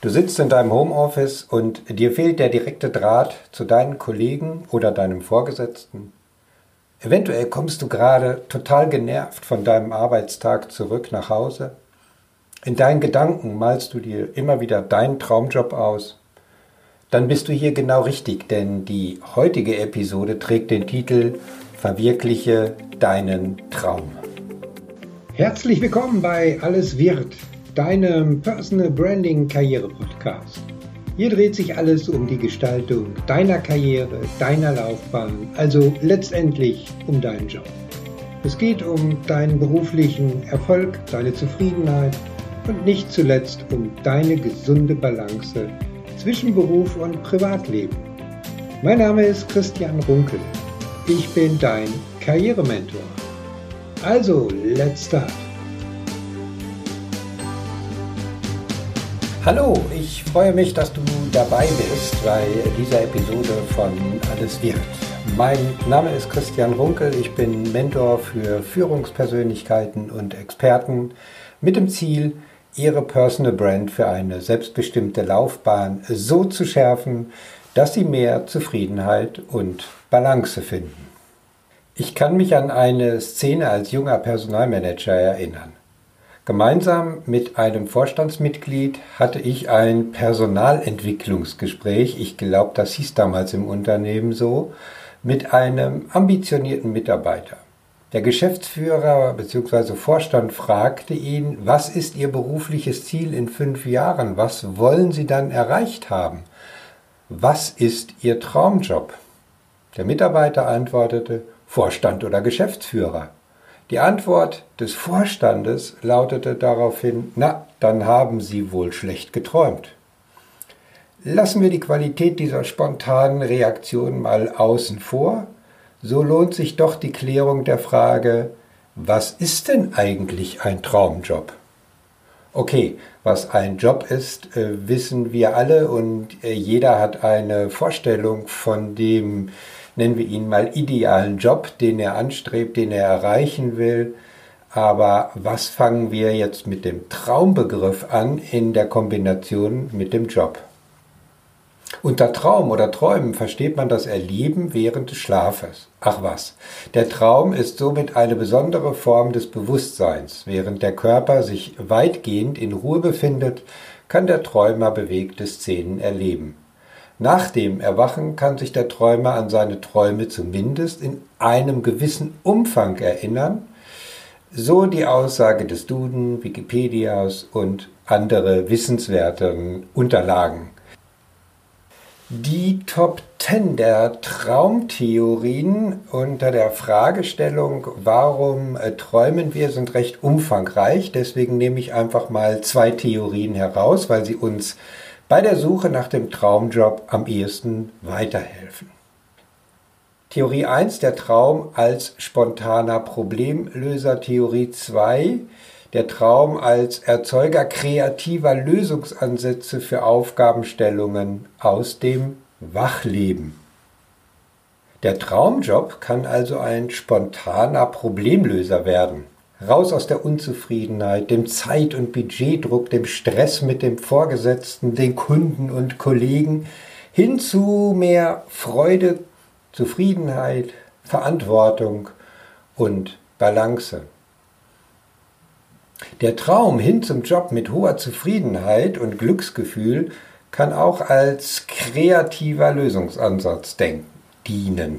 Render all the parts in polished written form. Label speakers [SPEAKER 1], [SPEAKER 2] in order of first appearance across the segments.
[SPEAKER 1] Du sitzt in deinem Homeoffice und dir fehlt der direkte Draht zu deinen Kollegen oder deinem Vorgesetzten. Eventuell kommst du gerade total genervt von deinem Arbeitstag zurück nach Hause. In deinen Gedanken malst du dir immer wieder deinen Traumjob aus. Dann bist du hier genau richtig, denn die heutige Episode trägt den Titel Verwirkliche deinen Traum. Herzlich willkommen bei Alles wird, deinem Personal Branding Karriere Podcast. Hier dreht sich alles um die Gestaltung deiner Karriere, deiner Laufbahn, also letztendlich um deinen Job. Es geht um deinen beruflichen Erfolg, deine Zufriedenheit und nicht zuletzt um deine gesunde Balance zwischen Beruf und Privatleben. Mein Name ist Christian Runkel. Ich bin dein Karrierementor. Also, let's start. Hallo, ich freue mich, dass du dabei bist bei dieser Episode von Alles wird. Mein Name ist Christian Runkel, ich bin Mentor für Führungspersönlichkeiten und Experten mit dem Ziel, ihre Personal Brand für eine selbstbestimmte Laufbahn so zu schärfen, dass sie mehr Zufriedenheit und Balance finden. Ich kann mich an eine Szene als junger Personalmanager erinnern. Gemeinsam mit einem Vorstandsmitglied hatte ich ein Personalentwicklungsgespräch, ich glaube, das hieß damals im Unternehmen so, mit einem ambitionierten Mitarbeiter. Der Geschäftsführer bzw. Vorstand fragte ihn, was ist Ihr berufliches Ziel in 5 Jahren? Was wollen Sie dann erreicht haben? Was ist Ihr Traumjob? Der Mitarbeiter antwortete, Vorstand oder Geschäftsführer. Die Antwort des Vorstandes lautete daraufhin, na, dann haben Sie wohl schlecht geträumt. Lassen wir die Qualität dieser spontanen Reaktion mal außen vor. So lohnt sich doch die Klärung der Frage, was ist denn eigentlich ein Traumjob? Okay, was ein Job ist, wissen wir alle und jeder hat eine Vorstellung von dem, nennen wir ihn mal idealen Job, den er anstrebt, den er erreichen will. Aber was fangen wir jetzt mit dem Traumbegriff an in der Kombination mit dem Job? Unter Traum oder Träumen versteht man das Erleben während des Schlafes. Ach was, der Traum ist somit eine besondere Form des Bewusstseins. Während der Körper sich weitgehend in Ruhe befindet, kann der Träumer bewegte Szenen erleben. Nach dem Erwachen kann sich der Träumer an seine Träume zumindest in einem gewissen Umfang erinnern, so die Aussage des Duden, Wikipedias und andere wissenswerteren Unterlagen. Die Top 10 der Traumtheorien unter der Fragestellung, warum träumen wir, sind recht umfangreich. Deswegen nehme ich einfach mal 2 Theorien heraus, weil sie uns bei der Suche nach dem Traumjob am ehesten weiterhelfen. Theorie 1, der Traum als spontaner Problemlöser. Theorie 2, der Traum als Erzeuger kreativer Lösungsansätze für Aufgabenstellungen aus dem Wachleben. Der Traumjob kann also ein spontaner Problemlöser werden. Raus aus der Unzufriedenheit, dem Zeit- und Budgetdruck, dem Stress mit dem Vorgesetzten, den Kunden und Kollegen, hin zu mehr Freude, Zufriedenheit, Verantwortung und Balance. Der Traum hin zum Job mit hoher Zufriedenheit und Glücksgefühl kann auch als kreativer Lösungsansatz dienen.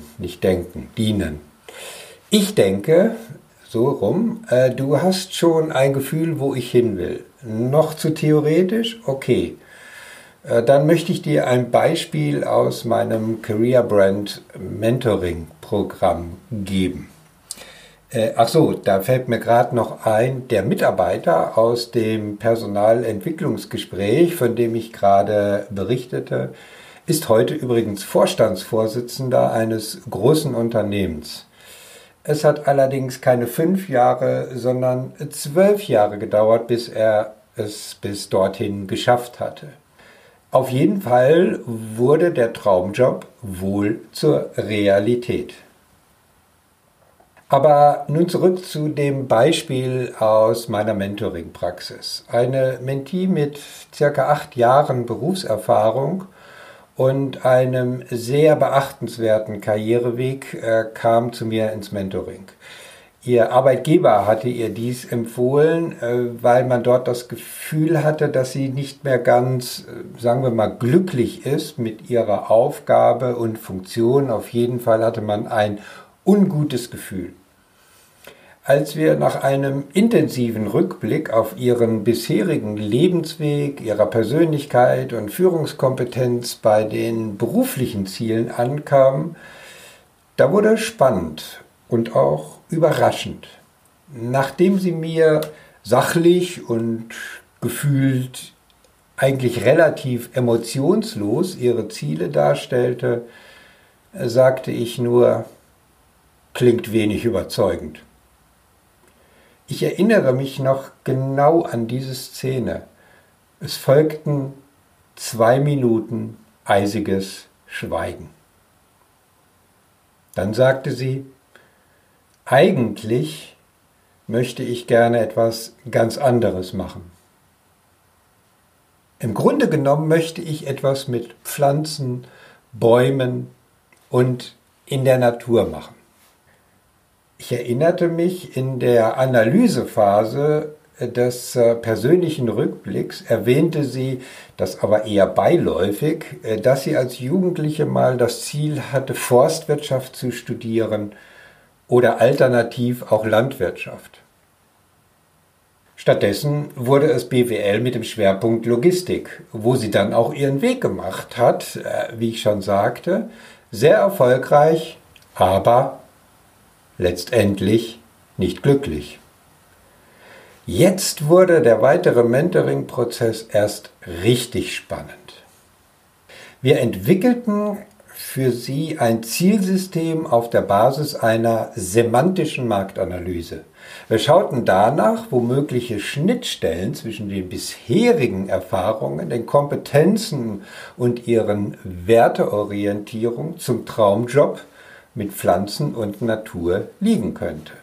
[SPEAKER 1] Ich denke, so rum, du hast schon ein Gefühl, wo ich hin will. Noch zu theoretisch? Okay. Dann möchte ich dir ein Beispiel aus meinem Career Brand Mentoring Programm geben. Da fällt mir gerade noch ein, der Mitarbeiter aus dem Personalentwicklungsgespräch, von dem ich gerade berichtete, ist heute übrigens Vorstandsvorsitzender eines großen Unternehmens. Es hat allerdings keine 5 Jahre, sondern 12 Jahre gedauert, bis er es bis dorthin geschafft hatte. Auf jeden Fall wurde der Traumjob wohl zur Realität. Aber nun zurück zu dem Beispiel aus meiner Mentoring-Praxis. Eine Mentee mit circa 8 Jahren Berufserfahrung und einem sehr beachtenswerten Karriereweg kam zu mir ins Mentoring. Ihr Arbeitgeber hatte ihr dies empfohlen, weil man dort das Gefühl hatte, dass sie nicht mehr ganz, sagen wir mal, glücklich ist mit ihrer Aufgabe und Funktion. Auf jeden Fall hatte man ein ungutes Gefühl. Als wir nach einem intensiven Rückblick auf ihren bisherigen Lebensweg, ihrer Persönlichkeit und Führungskompetenz bei den beruflichen Zielen ankamen, da wurde es spannend und auch überraschend. Nachdem sie mir sachlich und gefühlt eigentlich relativ emotionslos ihre Ziele darstellte, sagte ich nur, klingt wenig überzeugend. Ich erinnere mich noch genau an diese Szene. Es folgten 2 Minuten eisiges Schweigen. Dann sagte sie, eigentlich möchte ich gerne etwas ganz anderes machen. Im Grunde genommen möchte ich etwas mit Pflanzen, Bäumen und in der Natur machen. Ich erinnerte mich, in der Analysephase des persönlichen Rückblicks erwähnte sie, das aber eher beiläufig, dass sie als Jugendliche mal das Ziel hatte, Forstwirtschaft zu studieren oder alternativ auch Landwirtschaft. Stattdessen wurde es BWL mit dem Schwerpunkt Logistik, wo sie dann auch ihren Weg gemacht hat, wie ich schon sagte, sehr erfolgreich, aber letztendlich nicht glücklich. Jetzt wurde der weitere Mentoring-Prozess erst richtig spannend. Wir entwickelten für sie ein Zielsystem auf der Basis einer semantischen Marktanalyse. Wir schauten danach, wo mögliche Schnittstellen zwischen den bisherigen Erfahrungen, den Kompetenzen und ihren Werteorientierung zum Traumjob mit Pflanzen und Natur liegen könnte.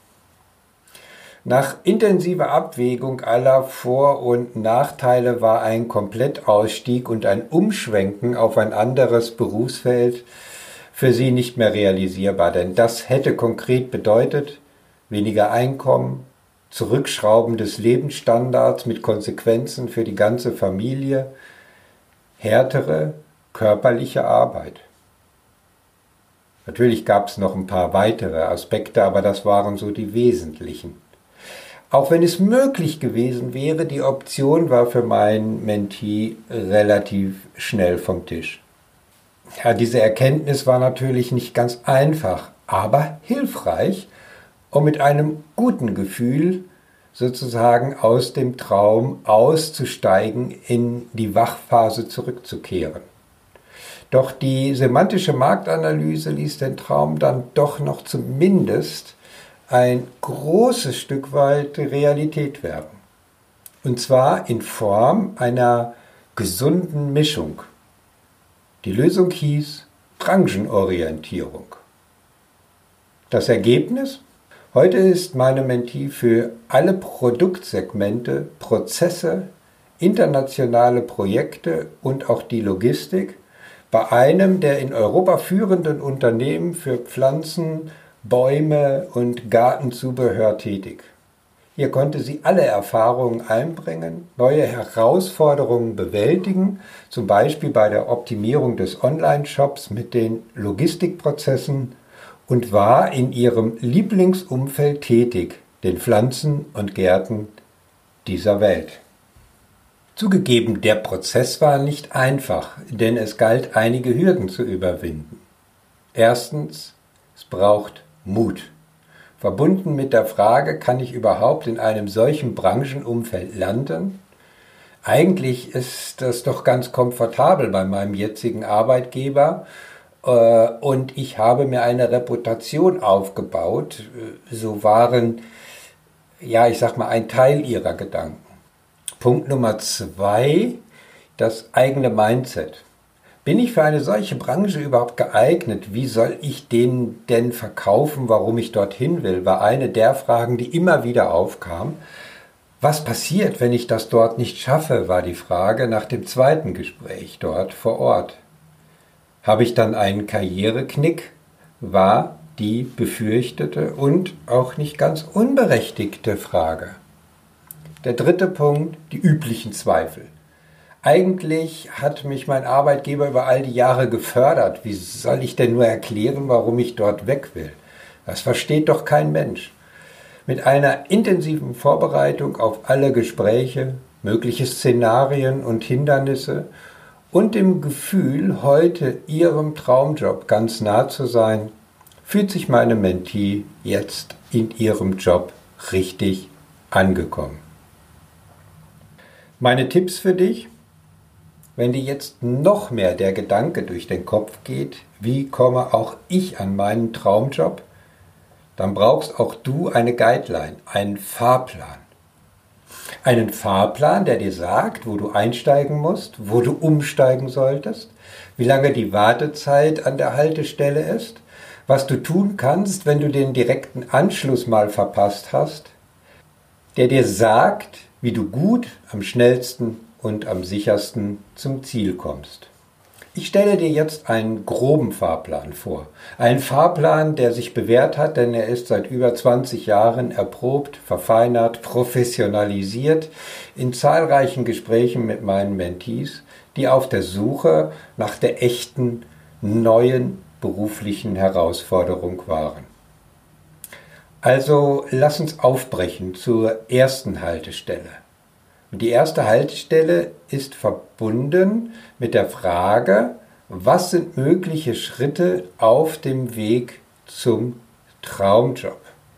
[SPEAKER 1] Nach intensiver Abwägung aller Vor- und Nachteile war ein Komplettausstieg und ein Umschwenken auf ein anderes Berufsfeld für sie nicht mehr realisierbar, denn das hätte konkret bedeutet, weniger Einkommen, Zurückschrauben des Lebensstandards mit Konsequenzen für die ganze Familie, härtere körperliche Arbeit. Natürlich gab es noch ein paar weitere Aspekte, aber das waren so die wesentlichen. Auch wenn es möglich gewesen wäre, die Option war für meinen Mentee relativ schnell vom Tisch. Ja, diese Erkenntnis war natürlich nicht ganz einfach, aber hilfreich, um mit einem guten Gefühl sozusagen aus dem Traum auszusteigen, in die Wachphase zurückzukehren. Doch die semantische Marktanalyse ließ den Traum dann doch noch zumindest ein großes Stück weit Realität werden. Und zwar in Form einer gesunden Mischung. Die Lösung hieß Branchenorientierung. Das Ergebnis? Heute ist meine Mentee für alle Produktsegmente, Prozesse, internationale Projekte und auch die Logistik bei einem der in Europa führenden Unternehmen für Pflanzen, Bäume und Gartenzubehör tätig. Hier konnte sie alle Erfahrungen einbringen, neue Herausforderungen bewältigen, zum Beispiel bei der Optimierung des Online-Shops mit den Logistikprozessen und war in ihrem Lieblingsumfeld tätig, den Pflanzen und Gärten dieser Welt. Zugegeben, der Prozess war nicht einfach, denn es galt, einige Hürden zu überwinden. Erstens, es braucht Mut. Verbunden mit der Frage, kann ich überhaupt in einem solchen Branchenumfeld landen? Eigentlich ist das doch ganz komfortabel bei meinem jetzigen Arbeitgeber und ich habe mir eine Reputation aufgebaut. So waren, ja, ich sag mal, ein Teil ihrer Gedanken. Punkt Nummer 2, das eigene Mindset. Bin ich für eine solche Branche überhaupt geeignet? Wie soll ich denen denn verkaufen, warum ich dorthin will? War eine der Fragen, die immer wieder aufkam. Was passiert, wenn ich das dort nicht schaffe, war die Frage nach dem zweiten Gespräch dort vor Ort. Habe ich dann einen Karriereknick? War die befürchtete und auch nicht ganz unberechtigte Frage. Der dritte Punkt, die üblichen Zweifel. Eigentlich hat mich mein Arbeitgeber über all die Jahre gefördert. Wie soll ich denn nur erklären, warum ich dort weg will? Das versteht doch kein Mensch. Mit einer intensiven Vorbereitung auf alle Gespräche, mögliche Szenarien und Hindernisse und dem Gefühl, heute ihrem Traumjob ganz nah zu sein, fühlt sich meine Mentee jetzt in ihrem Job richtig angekommen. Meine Tipps für dich: Wenn dir jetzt noch mehr der Gedanke durch den Kopf geht, wie komme auch ich an meinen Traumjob, dann brauchst auch du eine Guideline, einen Fahrplan. Einen Fahrplan, der dir sagt, wo du einsteigen musst, wo du umsteigen solltest, wie lange die Wartezeit an der Haltestelle ist, was du tun kannst, wenn du den direkten Anschluss mal verpasst hast, der dir sagt, wie du gut, am schnellsten und am sichersten zum Ziel kommst. Ich stelle dir jetzt einen groben Fahrplan vor. Einen Fahrplan, der sich bewährt hat, denn er ist seit über 20 Jahren erprobt, verfeinert, professionalisiert in zahlreichen Gesprächen mit meinen Mentees, die auf der Suche nach der echten, neuen beruflichen Herausforderung waren. Also lass uns aufbrechen zur ersten Haltestelle. Und die erste Haltestelle ist verbunden mit der Frage, was sind mögliche Schritte auf dem Weg zum Traumjob?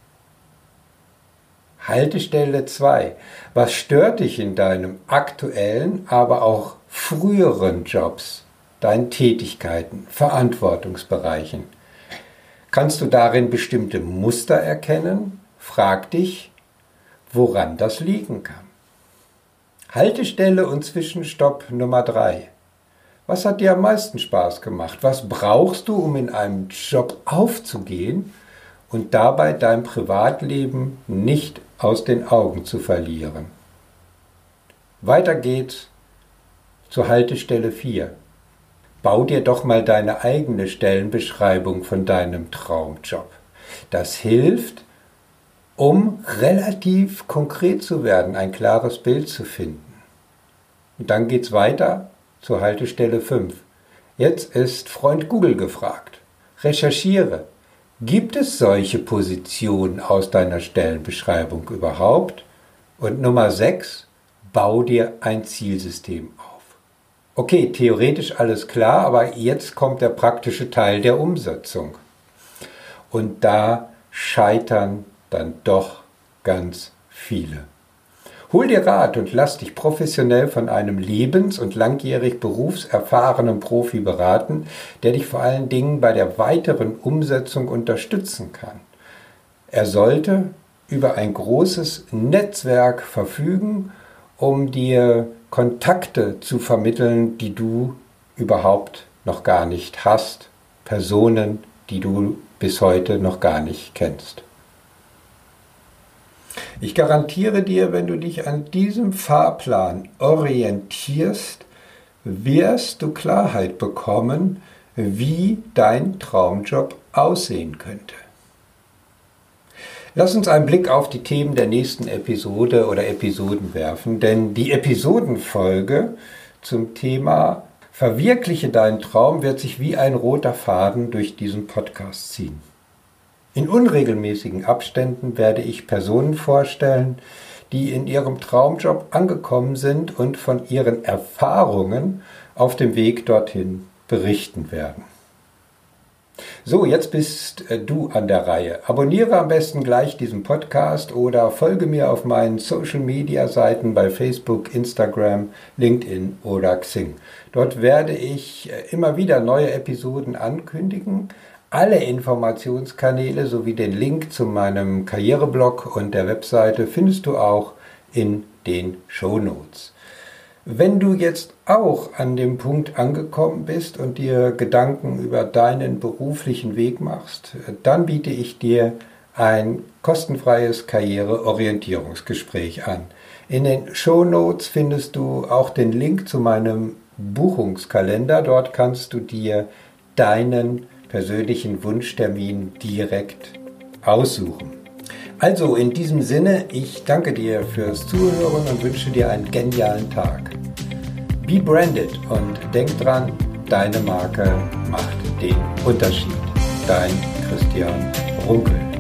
[SPEAKER 1] Haltestelle 2. Was stört dich in deinem aktuellen, aber auch früheren Jobs, deinen Tätigkeiten, Verantwortungsbereichen? Kannst du darin bestimmte Muster erkennen? Frag dich, woran das liegen kann. Haltestelle und Zwischenstopp Nummer 3. Was hat dir am meisten Spaß gemacht? Was brauchst du, um in einem Job aufzugehen und dabei dein Privatleben nicht aus den Augen zu verlieren? Weiter geht's zur Haltestelle 4. Bau dir doch mal deine eigene Stellenbeschreibung von deinem Traumjob. Das hilft, um relativ konkret zu werden, ein klares Bild zu finden. Und dann geht's weiter zur Haltestelle 5. Jetzt ist Freund Google gefragt. Recherchiere. Gibt es solche Positionen aus deiner Stellenbeschreibung überhaupt? Und Nummer 6. Bau dir ein Zielsystem auf. Okay, theoretisch alles klar, aber jetzt kommt der praktische Teil der Umsetzung. Und da scheitern dann doch ganz viele. Hol dir Rat und lass dich professionell von einem lebens- und langjährig berufserfahrenen Profi beraten, der dich vor allen Dingen bei der weiteren Umsetzung unterstützen kann. Er sollte über ein großes Netzwerk verfügen, um dir Kontakte zu vermitteln, die du überhaupt noch gar nicht hast, Personen, die du bis heute noch gar nicht kennst. Ich garantiere dir, wenn du dich an diesem Fahrplan orientierst, wirst du Klarheit bekommen, wie dein Traumjob aussehen könnte. Lass uns einen Blick auf die Themen der nächsten Episode oder Episoden werfen, denn die Episodenfolge zum Thema Verwirkliche deinen Traum wird sich wie ein roter Faden durch diesen Podcast ziehen. In unregelmäßigen Abständen werde ich Personen vorstellen, die in ihrem Traumjob angekommen sind und von ihren Erfahrungen auf dem Weg dorthin berichten werden. So, jetzt bist du an der Reihe. Abonniere am besten gleich diesen Podcast oder folge mir auf meinen Social-Media-Seiten bei Facebook, Instagram, LinkedIn oder Xing. Dort werde ich immer wieder neue Episoden ankündigen. Alle Informationskanäle sowie den Link zu meinem Karriereblog und der Webseite findest du auch in den Shownotes. Wenn du jetzt auch an dem Punkt angekommen bist und dir Gedanken über deinen beruflichen Weg machst, dann biete ich dir ein kostenfreies Karriereorientierungsgespräch an. In den Shownotes findest du auch den Link zu meinem Buchungskalender. Dort kannst du dir deinen persönlichen Wunschtermin direkt aussuchen. Also in diesem Sinne, ich danke dir fürs Zuhören und wünsche dir einen genialen Tag. Be branded und denk dran, deine Marke macht den Unterschied. Dein Christian Runkel.